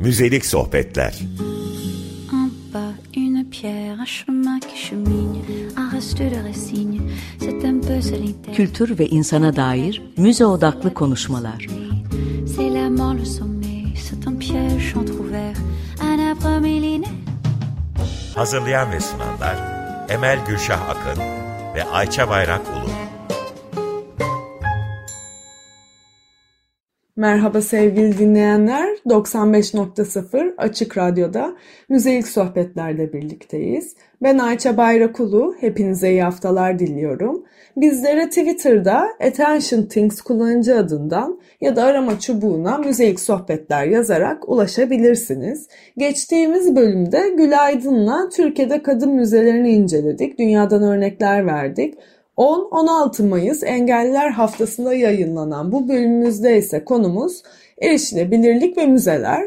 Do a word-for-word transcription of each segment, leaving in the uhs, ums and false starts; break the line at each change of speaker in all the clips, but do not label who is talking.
Müzelik sohbetler.
En bas une pierre, un chemin qui chemine, un reste de racine, c'est un peu solitaire.
Kültür ve insana dair müze odaklı konuşmalar.
C'est la mort le sommet, c'est un piège entrouvert, un arbre millénaire.
Hazırlayan ve sunanlar Emel Gülşah Akın ve Ayça Bayrak Ulu.
Merhaba sevgili dinleyenler, doksan beş nokta sıfır Açık Radyo'da Müzelik Sohbetler'de birlikteyiz. Ben Ayça Bayrakulu, hepinize iyi haftalar diliyorum. Bizlere Twitter'da Attention Things kullanıcı adından ya da arama çubuğuna Müzelik Sohbetler yazarak ulaşabilirsiniz. Geçtiğimiz bölümde Gül Aydın'la Türkiye'de kadın müzelerini inceledik, dünyadan örnekler verdik. on on altı Mayıs Engelliler Haftası'nda yayınlanan bu bölümümüzde ise konumuz erişilebilirlik ve müzeler.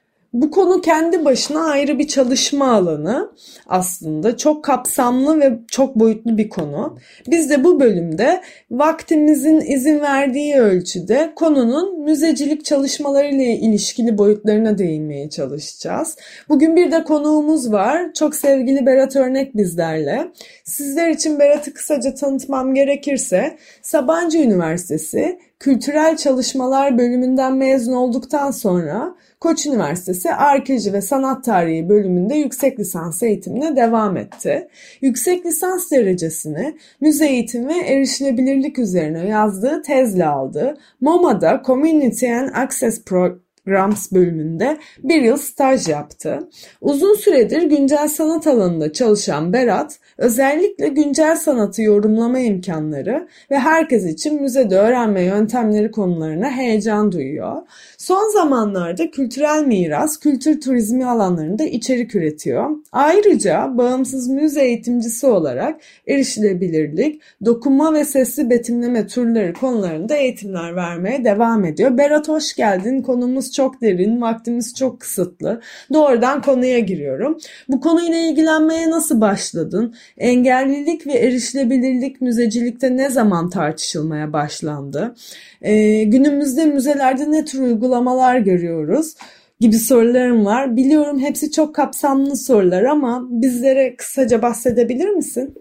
Bu konu kendi başına ayrı bir çalışma alanı aslında. Çok kapsamlı ve çok boyutlu bir konu. Biz de bu bölümde vaktimizin izin verdiği ölçüde konunun müzecilik çalışmalarıyla ilişkili boyutlarına değinmeye çalışacağız. Bugün bir de konuğumuz var. Çok sevgili Berat Örnek bizlerle. Sizler için Berat'ı kısaca tanıtmam gerekirse Sabancı Üniversitesi Kültürel Çalışmalar bölümünden mezun olduktan sonra Koç Üniversitesi Arkeoloji ve Sanat Tarihi bölümünde yüksek lisans eğitimine devam etti. Yüksek lisans derecesini müze eğitim ve erişilebilirlik üzerine yazdığı tezle aldı. MoMA'da Community and Access Programs bölümünde bir yıl staj yaptı. Uzun süredir güncel sanat alanında çalışan Berat, özellikle güncel sanatı yorumlama imkanları ve herkes için müzede öğrenme yöntemleri konularına heyecan duyuyor. Son zamanlarda kültürel miras, kültür turizmi alanlarında içerik üretiyor. Ayrıca bağımsız müze eğitimcisi olarak erişilebilirlik, dokunma ve sesli betimleme türleri konularında eğitimler vermeye devam ediyor. Berat hoş geldin. Konumuz çok derin, vaktimiz çok kısıtlı. Doğrudan konuya giriyorum. Bu konuyla ilgilenmeye nasıl başladın? Engellilik ve erişilebilirlik müzecilikte ne zaman tartışılmaya başlandı? Ee, günümüzde müzelerde ne tür uygulamalar görüyoruz gibi sorularım var. Biliyorum hepsi çok kapsamlı sorular ama bizlere kısaca bahsedebilir misin?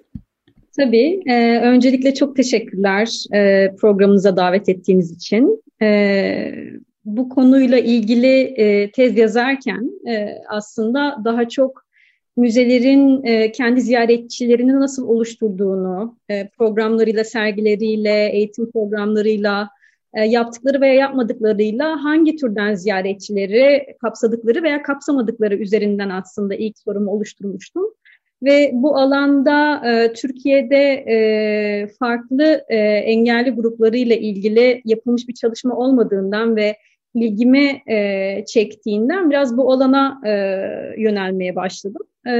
Tabii. E, öncelikle çok teşekkürler e, programınıza davet ettiğiniz için. E, bu konuyla ilgili e, tez yazarken e, aslında daha çok müzelerin e, kendi ziyaretçilerini nasıl oluşturduğunu, e, programlarıyla, sergileriyle, eğitim programlarıyla, e, yaptıkları veya yapmadıklarıyla hangi türden ziyaretçileri kapsadıkları veya kapsamadıkları üzerinden aslında ilk sorumu oluşturmuştum. Ve bu alanda e, Türkiye'de e, farklı e, engelli gruplarıyla ilgili yapılmış bir çalışma olmadığından ve ilgimi e, çektiğinden biraz bu alana e, yönelmeye başladım. E,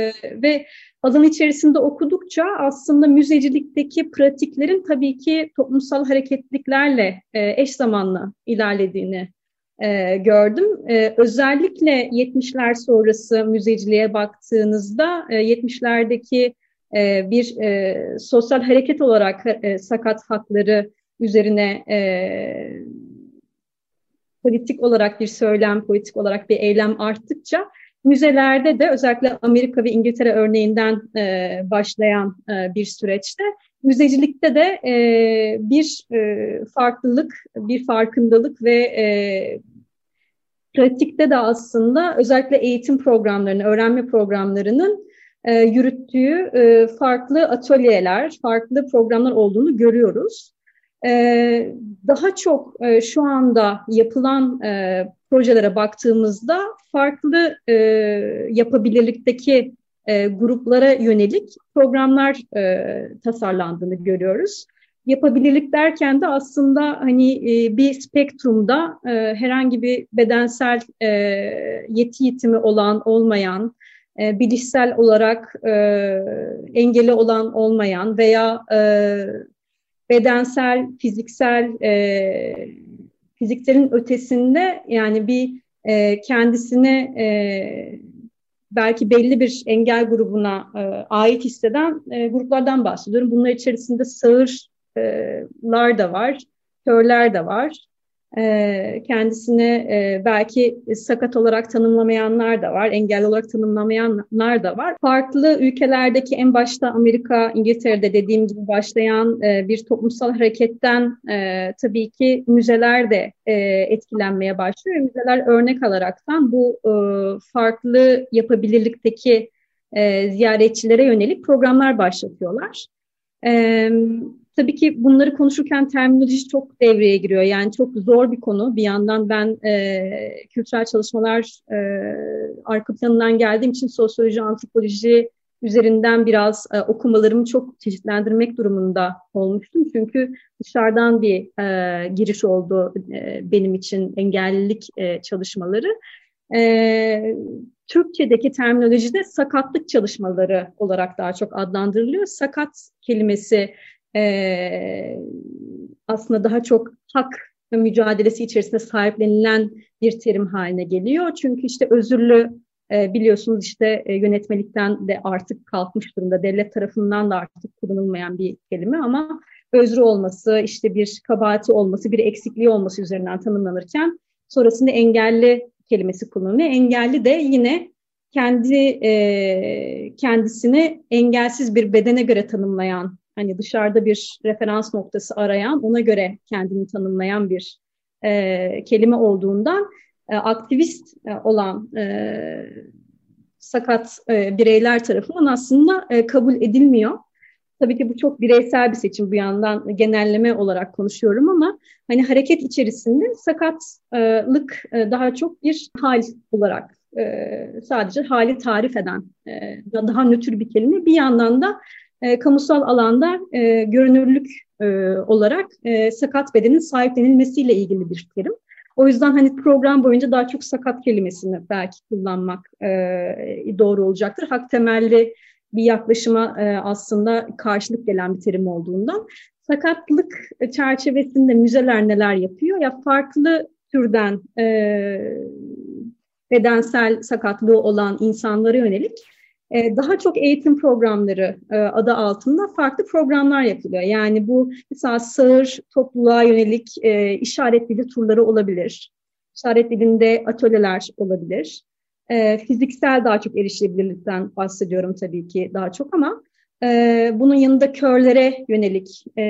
ve alan içerisinde okudukça aslında müzecilikteki pratiklerin tabii ki toplumsal hareketliliklerle e, eş zamanlı ilerlediğini e, gördüm. E, özellikle yetmişler sonrası müzeciliğe baktığınızda e, yetmişlerdeki e, bir e, sosyal hareket olarak e, sakat hakları üzerine e, politik olarak bir söylem, politik olarak bir eylem arttıkça müzelerde de özellikle Amerika ve İngiltere örneğinden e, başlayan e, bir süreçte müzecilikte de e, bir e, farklılık, bir farkındalık ve e, pratikte de aslında özellikle eğitim programlarının, öğrenme programlarının e, yürüttüğü e, farklı atölyeler, farklı programlar olduğunu görüyoruz. Ee, daha çok e, şu anda yapılan e, projelere baktığımızda farklı e, yapabilirlikteki e, gruplara yönelik programlar e, tasarlandığını görüyoruz. Yapabilirlik derken de aslında hani e, bir spektrumda e, herhangi bir bedensel e, yeti yitimi olan, olmayan, e, bilişsel olarak e, engeli olan, olmayan veya e, bedensel, fiziksel, e, fiziklerin ötesinde yani bir e, kendisini e, belki belli bir engel grubuna e, ait hisseden e, gruplardan bahsediyorum. Bunlar içerisinde sağırlar da var, körler de var, E, kendisini e, belki sakat olarak tanımlamayanlar da var, engelli olarak tanımlamayanlar da var. Farklı ülkelerdeki en başta Amerika, İngiltere'de dediğim gibi başlayan e, bir toplumsal hareketten e, tabii ki müzeler de e, etkilenmeye başlıyor. Müzeler örnek alaraktan bu e, farklı yapabilirlikteki e, ziyaretçilere yönelik programlar başlatıyorlar. Ee, tabii ki bunları konuşurken terminoloji çok devreye giriyor. Yani çok zor bir konu. Bir yandan ben e, kültürel çalışmalar e, arka planından geldiğim için sosyoloji, antropoloji üzerinden biraz e, okumalarımı çok çeşitlendirmek durumunda olmuştum. Çünkü dışarıdan bir e, giriş oldu e, benim için engellilik e, çalışmaları. E, Türkçedeki terminolojide sakatlık çalışmaları olarak daha çok adlandırılıyor. Sakat kelimesi e, aslında daha çok hak mücadelesi içerisinde sahiplenilen bir terim haline geliyor. Çünkü işte özürlü e, biliyorsunuz işte e, yönetmelikten de artık kalkmış durumda. Devlet tarafından da artık kullanılmayan bir kelime ama özrü olması, işte bir kabahati olması, bir eksikliği olması üzerinden tanımlanırken sonrasında engelli kelimesi kullanılıyor. Engelli de yine kendi e, kendisini engelsiz bir bedene göre tanımlayan, hani dışarıda bir referans noktası arayan, ona göre kendini tanımlayan bir e, kelime olduğundan e, aktivist e, olan e, sakat e, bireyler tarafından aslında e, kabul edilmiyor. Tabii ki bu çok bireysel bir seçim, bu yandan genelleme olarak konuşuyorum ama hani hareket içerisinde sakatlık daha çok bir hal olarak sadece hali tarif eden daha nötr bir kelime. Bir yandan da kamusal alanda görünürlük olarak sakat bedenin sahiplenilmesiyle ilgili bir terim. O yüzden hani program boyunca daha çok sakat kelimesini belki kullanmak doğru olacaktır. Hak temelli bir yaklaşıma e, aslında karşılık gelen bir terim olduğundan. Sakatlık çerçevesinde müzeler neler yapıyor? Ya farklı türden e, bedensel sakatlığı olan insanlara yönelik e, daha çok eğitim programları e, adı altında farklı programlar yapılıyor. Yani bu mesela sağır topluluğa yönelik e, işaret dili turları olabilir. İşaret dilinde atölyeler olabilir. E, fiziksel daha çok erişilebilirlikten bahsediyorum tabii ki daha çok ama e, bunun yanında körlere yönelik e,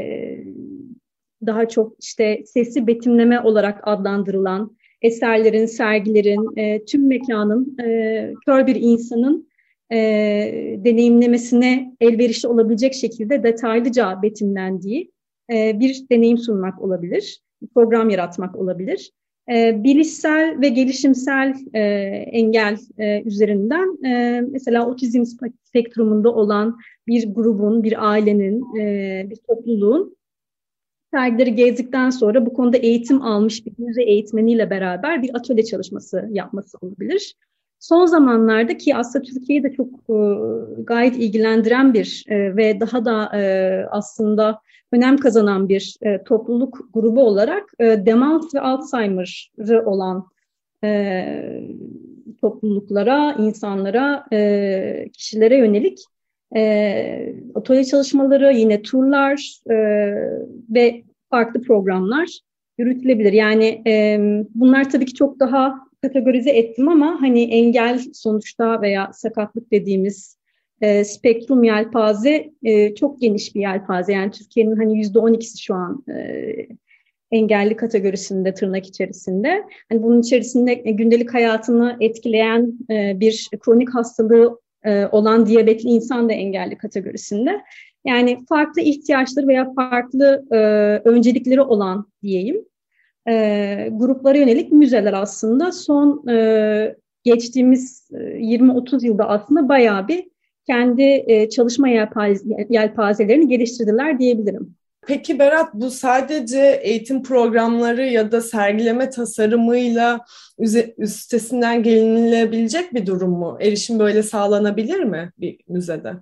daha çok işte sesli betimleme olarak adlandırılan eserlerin, sergilerin, e, tüm mekanın e, kör bir insanın e, deneyimlemesine elverişli olabilecek şekilde detaylıca betimlendiği e, bir deneyim sunmak olabilir, bir program yaratmak olabilir. E, bilişsel ve gelişimsel e, engel e, üzerinden e, mesela otizm spektrumunda olan bir grubun, bir ailenin, e, bir topluluğun sergileri gezdikten sonra bu konuda eğitim almış bir müze eğitmeniyle beraber bir atölye çalışması yapması olabilir. Son zamanlarda ki aslında Türkiye'yi de çok e, gayet ilgilendiren bir e, ve daha da e, aslında önem kazanan bir e, topluluk grubu olarak e, demans ve Alzheimer'ı olan e, topluluklara, insanlara, e, kişilere yönelik e, atölye çalışmaları, yine turlar e, ve farklı programlar yürütülebilir. Yani e, bunlar tabii ki çok daha kategorize ettim ama hani engel sonuçta veya sakatlık dediğimiz e, spektrum yelpaze e, çok geniş bir yelpaze. Yani Türkiye'nin hani yüzde on ikisi şu an e, engelli kategorisinde, tırnak içerisinde. Hani bunun içerisinde gündelik hayatını etkileyen e, bir kronik hastalığı e, olan diyabetli insan da engelli kategorisinde. Yani farklı ihtiyaçları veya farklı e, öncelikleri olan diyeyim. E, gruplara yönelik müzeler aslında son e, geçtiğimiz e, yirmi otuz yılda aslında bayağı bir kendi e, çalışma yelpaz- yelpazelerini geliştirdiler diyebilirim.
Peki Berat, bu sadece eğitim programları ya da sergileme tasarımıyla üstesinden gelinilebilecek bir durum mu? Erişim böyle sağlanabilir mi bir müzede?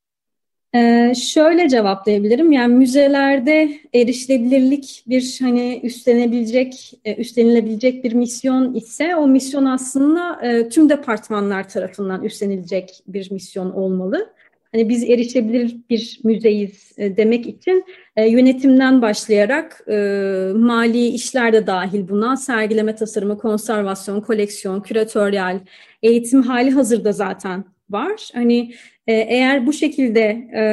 Ee, şöyle cevaplayabilirim. Yani müzelerde erişilebilirlik bir hani üstlenebilecek, üstlenilebilecek bir misyon ise o misyon aslında e, tüm departmanlar tarafından üstlenilecek bir misyon olmalı. hani biz erişebilir bir müzeyiz e, demek için e, yönetimden başlayarak e, mali işler de dahil buna, sergileme tasarımı, konservasyon, koleksiyon, küratöryal, eğitim hali hazırda zaten var. Hani e, eğer bu şekilde e,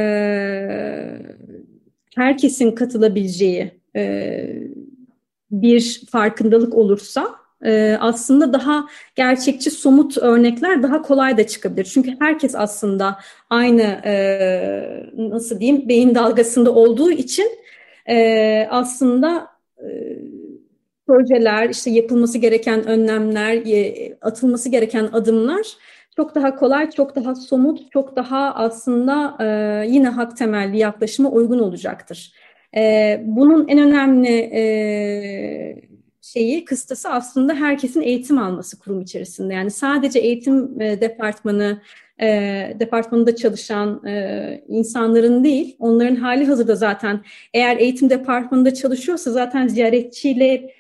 herkesin katılabileceği e, bir farkındalık olursa e, aslında daha gerçekçi, somut örnekler daha kolay da çıkabilir. Çünkü herkes aslında aynı e, nasıl diyeyim beyin dalgasında olduğu için e, aslında e, projeler, işte yapılması gereken önlemler, e, atılması gereken adımlar çok daha kolay, çok daha somut, çok daha aslında e, yine hak temelli yaklaşıma uygun olacaktır. E, bunun en önemli e, şeyi, kıstası aslında herkesin eğitim alması kurum içerisinde. Yani sadece eğitim e, departmanı, e, departmanında çalışan e, insanların değil, onların hali hazırda zaten eğer eğitim departmanında çalışıyorsa zaten ziyaretçiyle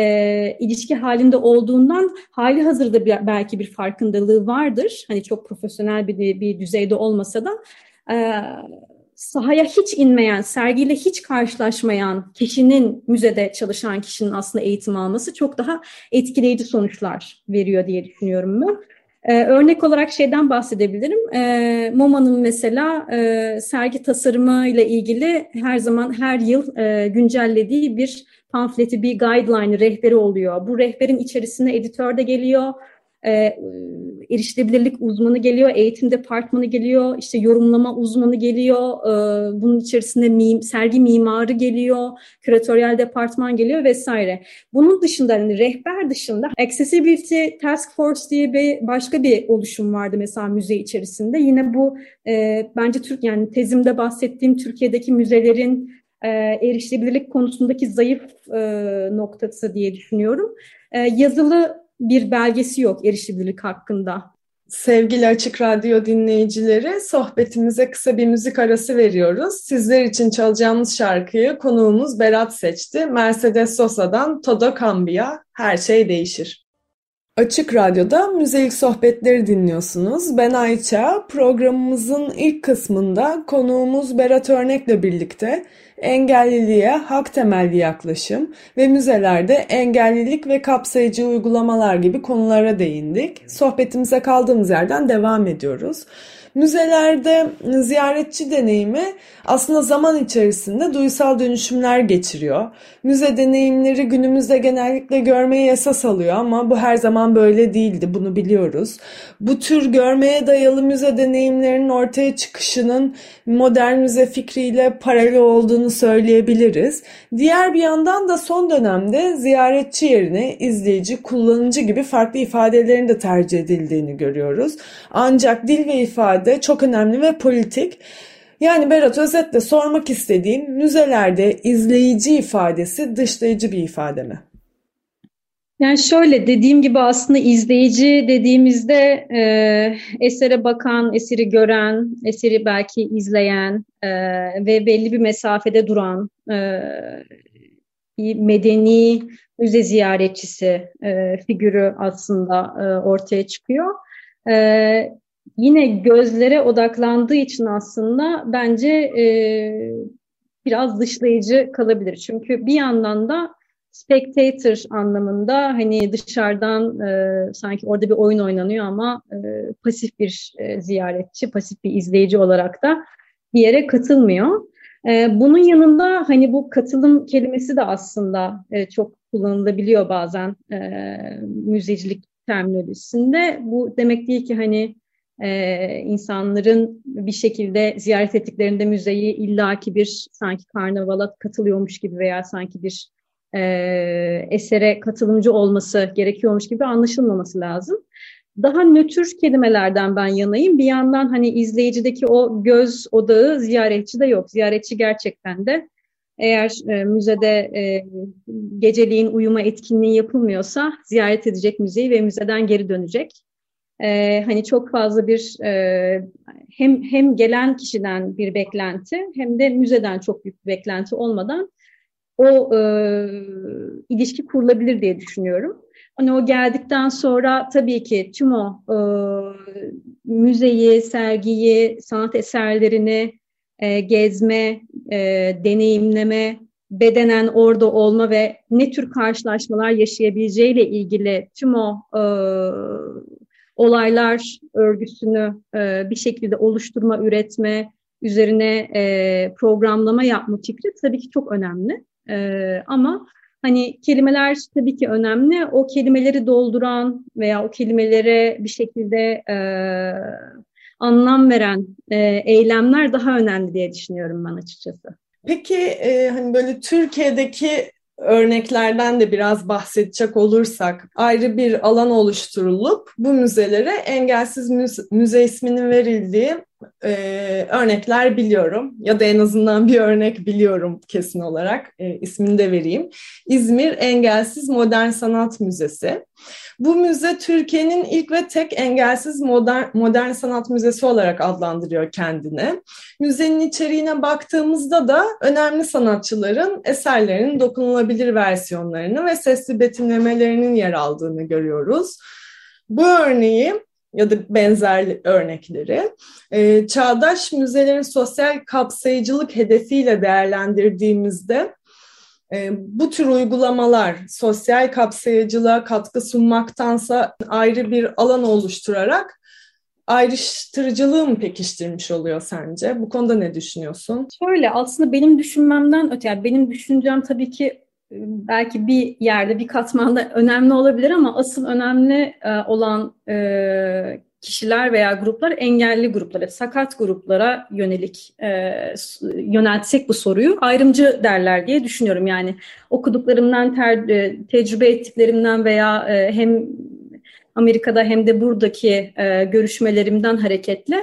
E, ilişki halinde olduğundan hali hazırda bir, belki bir farkındalığı vardır. Hani çok profesyonel bir, bir düzeyde olmasa da e, sahaya hiç inmeyen, sergiyle hiç karşılaşmayan kişinin, müzede çalışan kişinin aslında eğitim alması çok daha etkileyici sonuçlar veriyor diye düşünüyorum ben. Ee, örnek olarak şeyden bahsedebilirim. Ee, MoMA'nın mesela e, sergi tasarımı ile ilgili her zaman her yıl e, güncellediği bir pamfleti, bir guideline, rehberi oluyor. Bu rehberin içerisine editör de geliyor, e, erişilebilirlik uzmanı geliyor, eğitim departmanı geliyor, işte yorumlama uzmanı geliyor, e, bunun içerisinde mim, sergi mimarı geliyor, küratöryel departman geliyor vesaire. Bunun dışında, hani rehber dışında Accessibility Task Force diye bir başka bir oluşum vardı mesela müze içerisinde. Yine bu e, bence Türk, yani tezimde bahsettiğim Türkiye'deki müzelerin e, erişilebilirlik konusundaki zayıf e, noktası diye düşünüyorum. E, yazılı bir belgesi yok erişilebilirlik hakkında.
Sevgili Açık Radyo dinleyicileri, sohbetimize kısa bir müzik arası veriyoruz. Sizler için çalacağımız şarkıyı konuğumuz Berat seçti. Mercedes Sosa'dan Todo Cambia, Her Şey Değişir. Açık Radyo'da Müzelik Sohbetleri dinliyorsunuz. Ben Ayça. Programımızın ilk kısmında konuğumuz Berat Örnek'le birlikte engelliliğe hak temelli yaklaşım ve müzelerde engellilik ve kapsayıcı uygulamalar gibi konulara değindik. Sohbetimize kaldığımız yerden devam ediyoruz. Müzelerde ziyaretçi deneyimi aslında zaman içerisinde duysal dönüşümler geçiriyor. Müze deneyimleri günümüzde genellikle görmeyi esas alıyor ama bu her zaman böyle değildi, bunu biliyoruz. Bu tür görmeye dayalı müze deneyimlerinin ortaya çıkışının modern müze fikriyle paralel olduğunu söyleyebiliriz. Diğer bir yandan da son dönemde ziyaretçi yerine izleyici, kullanıcı gibi farklı ifadelerin de tercih edildiğini görüyoruz. Ancak dil ve ifade çok önemli ve politik. Yani Berat, özetle sormak istediğim, müzelerde izleyici ifadesi dışlayıcı bir ifade mi?
Yani şöyle, dediğim gibi aslında izleyici dediğimizde e, esere bakan, eseri gören, eseri belki izleyen e, ve belli bir mesafede duran e, bir medeni müze ziyaretçisi e, figürü aslında e, ortaya çıkıyor. E, yine gözlere odaklandığı için aslında bence e, biraz dışlayıcı kalabilir. Çünkü bir yandan da spectator anlamında, hani dışarıdan e, sanki orada bir oyun oynanıyor ama e, pasif bir e, ziyaretçi, pasif bir izleyici olarak da bir yere katılmıyor. E, bunun yanında hani bu katılım kelimesi de aslında e, çok kullanılabiliyor bazen e, müzecilik terminolojisinde. Bu demek değil ki hani e, insanların bir şekilde ziyaret ettiklerinde müzeyi illaki bir sanki karnavala katılıyormuş gibi veya sanki bir e, esere katılımcı olması gerekiyormuş gibi anlaşılmaması lazım. Daha nötr kelimelerden ben yanayım. Bir yandan hani izleyicideki o göz odağı ziyaretçide yok. Ziyaretçi gerçekten de eğer e, müzede e, geceliğin uyuma etkinliği yapılmıyorsa ziyaret edecek müzeyi ve müzeden geri dönecek. E, hani çok fazla bir e, hem hem gelen kişiden bir beklenti hem de müzeden çok büyük bir beklenti olmadan o e, ilişki kurulabilir diye düşünüyorum. Hani o geldikten sonra tabii ki tüm o e, müzeyi, sergiyi, sanat eserlerini e, gezme, e, deneyimleme, bedenen orada olma ve ne tür karşılaşmalar yaşayabileceğiyle ilgili tüm o e, olaylar örgüsünü e, bir şekilde oluşturma, üretme, üzerine e, programlama yapma fikri tabii ki çok önemli. E, ama hani kelimeler tabii ki önemli. O kelimeleri dolduran veya o kelimelere bir şekilde e, anlam veren e, eylemler daha önemli diye düşünüyorum ben açıkçası.
Peki e, hani böyle Türkiye'deki örneklerden de biraz bahsedecek olursak, ayrı bir alan oluşturulup bu müzelere engelsiz müze, müze isminin verildiği e, örnekler biliyorum. Ya da en azından bir örnek biliyorum kesin olarak. E, ismini de vereyim. İzmir Engelsiz Modern Sanat Müzesi. Bu müze Türkiye'nin ilk ve tek engelsiz modern, modern sanat müzesi olarak adlandırıyor kendini. Müzenin içeriğine baktığımızda da önemli sanatçıların eserlerinin dokunulabilir versiyonlarını ve sesli betimlemelerinin yer aldığını görüyoruz. Bu örneği ya da benzer örnekleri e, çağdaş müzelerin sosyal kapsayıcılık hedefiyle değerlendirdiğimizde bu tür uygulamalar sosyal kapsayıcılığa katkı sunmaktansa ayrı bir alan oluşturarak ayrıştırıcılığı mı pekiştirmiş oluyor sence? Bu konuda ne düşünüyorsun?
Şöyle, aslında benim düşünmemden öte, yani benim düşüncem tabii ki belki bir yerde, bir katmanda önemli olabilir ama asıl önemli olan kişiler veya gruplar engelli gruplara, sakat gruplara yönelik e, yöneltsek bu soruyu ayrımcı derler diye düşünüyorum. Yani okuduklarımdan, ter, tecrübe ettiklerimden veya e, hem Amerika'da hem de buradaki e, görüşmelerimden hareketle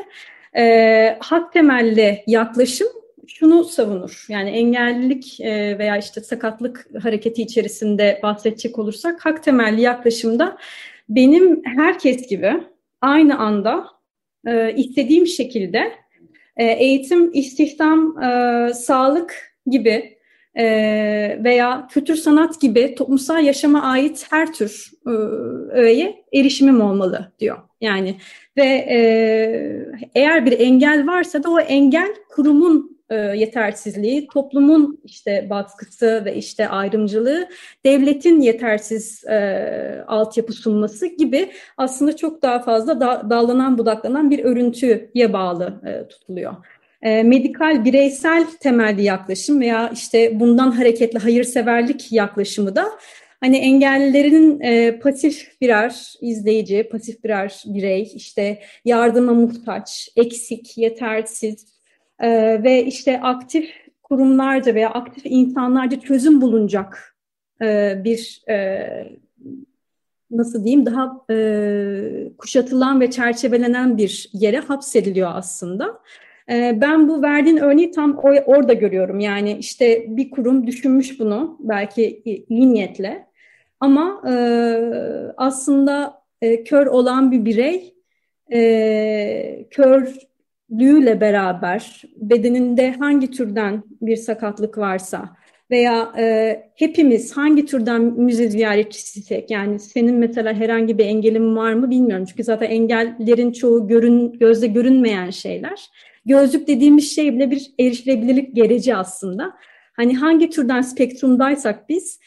e, hak temelli yaklaşım şunu savunur. Yani engellilik e, veya işte sakatlık hareketi içerisinde bahsedecek olursak hak temelli yaklaşımda benim herkes gibi aynı anda e, istediğim şekilde e, eğitim, istihdam, e, sağlık gibi e, veya kültür sanat gibi toplumsal yaşama ait her tür e, öğeye erişimim olmalı diyor. Yani ve e, eğer bir engel varsa da o engel kurumun e, yetersizliği, toplumun işte baskısı ve işte ayrımcılığı, devletin yetersiz e, altyapı sunması gibi aslında çok daha fazla da, dallanan budaklanan bir örüntüye bağlı e, tutuluyor. E, medikal, bireysel temelli yaklaşım veya işte bundan hareketli hayırseverlik yaklaşımı da hani engellilerin e, pasif birer izleyici, pasif birer birey, işte yardıma muhtaç, eksik, yetersiz, Ee, ve işte aktif kurumlarca veya aktif insanlarca çözüm bulunacak e, bir e, nasıl diyeyim daha e, kuşatılan ve çerçevelenen bir yere hapsediliyor aslında. E, ben bu verdiğin örneği tam or- orada görüyorum. Yani işte bir kurum düşünmüş bunu belki iyi niyetle ama e, aslında e, kör olan bir birey e, kör lüğüyle beraber bedeninde hangi türden bir sakatlık varsa veya e, hepimiz hangi türden müze ziyaretçisiysek, yani senin mesela herhangi bir engelin var mı bilmiyorum. Çünkü zaten engellerin çoğu görün, gözle görünmeyen şeyler. Gözlük dediğimiz şey bile bir erişilebilirlik gereci aslında. Hani hangi türden spektrumdaysak biz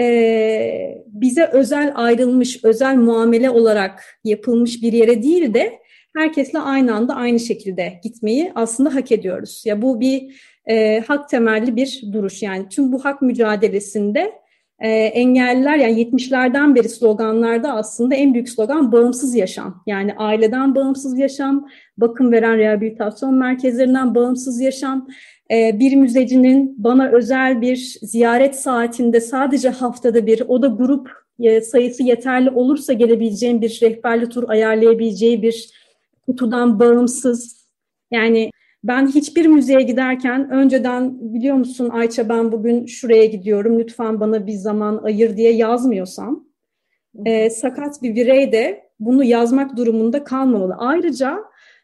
e, bize özel ayrılmış, özel muamele olarak yapılmış bir yere değil de herkesle aynı anda aynı şekilde gitmeyi aslında hak ediyoruz. Ya bu bir e, hak temelli bir duruş. Yani tüm bu hak mücadelesinde e, engelliler, yani yetmişlerden beri sloganlarda aslında en büyük slogan bağımsız yaşam. Yani aileden bağımsız yaşam, bakım veren rehabilitasyon merkezlerinden bağımsız yaşam. E, bir müzecinin bana özel bir ziyaret saatinde sadece haftada bir, o da grup e, sayısı yeterli olursa gelebileceğim bir rehberli tur ayarlayabileceği bir kutudan bağımsız. Yani ben hiçbir müzeye giderken önceden biliyor musun Ayça ben bugün şuraya gidiyorum lütfen bana bir zaman ayır diye yazmıyorsam e, sakat bir birey de bunu yazmak durumunda kalmamalı. Ayrıca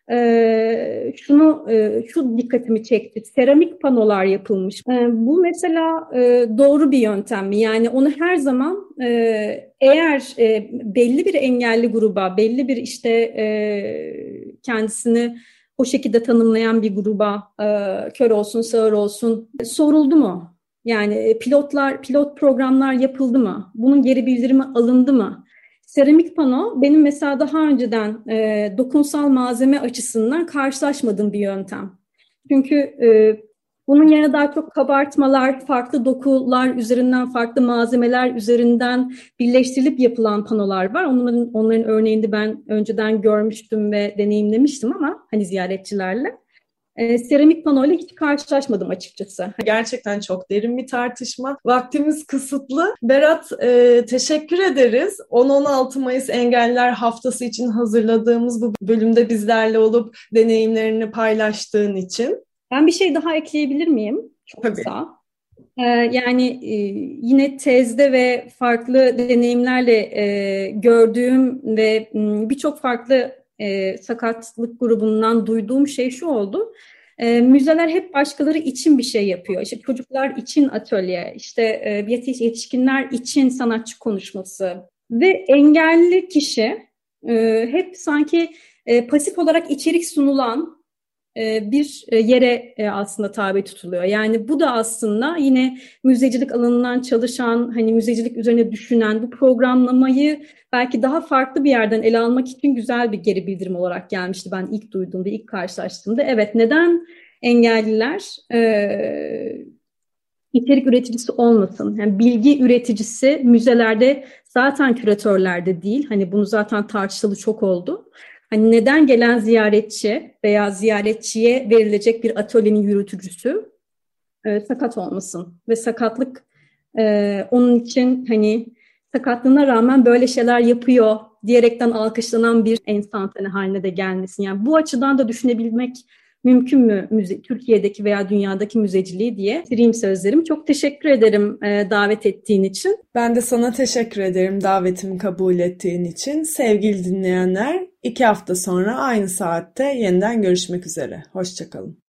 e, şunu e, şu dikkatimi çekti. Seramik panolar yapılmış. E, bu mesela e, doğru bir yöntem mi? Yani onu her zaman e, eğer e, belli bir engelli gruba, belli bir işte e, kendisini o şekilde tanımlayan bir gruba, e, kör olsun, sağır olsun, soruldu mu? Yani pilotlar, pilot programlar yapıldı mı? Bunun geri bildirimi alındı mı? Seramik pano benim mesela daha önceden e, dokunsal malzeme açısından karşılaşmadığım bir yöntem. Çünkü e, bunun yerine daha çok kabartmalar, farklı dokular üzerinden, farklı malzemeler üzerinden birleştirilip yapılan panolar var. Onların, onların örneğini ben önceden görmüştüm ve deneyimlemiştim ama hani ziyaretçilerle. E, seramik panoyla hiç karşılaşmadım açıkçası.
Gerçekten çok derin bir tartışma. Vaktimiz kısıtlı. Berat, e, teşekkür ederiz. on on altı Mayıs Engelliler Haftası için hazırladığımız bu bölümde bizlerle olup deneyimlerini paylaştığın için.
Ben bir şey daha ekleyebilir miyim? Çok
Tabii.
kısa. Ee, yani e, yine tezde ve farklı deneyimlerle e, gördüğüm ve m, birçok farklı e, sakatlık grubundan duyduğum şey şu oldu. E, müzeler hep başkaları için bir şey yapıyor. İşte çocuklar için atölye, işte e, yetiş, yetişkinler için sanatçı konuşması ve engelli kişi e, hep sanki e, pasif olarak içerik sunulan bir yere aslında tabi tutuluyor. Yani bu da aslında yine müzecilik alanından çalışan, hani müzecilik üzerine düşünen, bu programlamayı belki daha farklı bir yerden ele almak için güzel bir geri bildirim olarak gelmişti ben ilk duyduğumda, ilk karşılaştığımda. Evet, neden engelliler e, içerik üreticisi olmasın? Yani bilgi üreticisi müzelerde zaten küratörlerde değil. Hani bunu zaten tartışılı çok oldu. Hani neden gelen ziyaretçi veya ziyaretçiye verilecek bir atölyenin yürütücüsü e, sakat olmasın ve sakatlık e, onun için hani sakatlığına rağmen böyle şeyler yapıyor diyerekten alkışlanan bir enstantane haline de gelmesin. Yani bu açıdan da düşünebilmek mümkün mü müze, Türkiye'deki veya dünyadaki müzeciliği diye bitireyim sözlerimi. Çok teşekkür ederim e, davet ettiğin için.
Ben de sana teşekkür ederim davetimi kabul ettiğin için. Sevgili dinleyenler, iki hafta sonra aynı saatte yeniden görüşmek üzere. Hoşça kalın.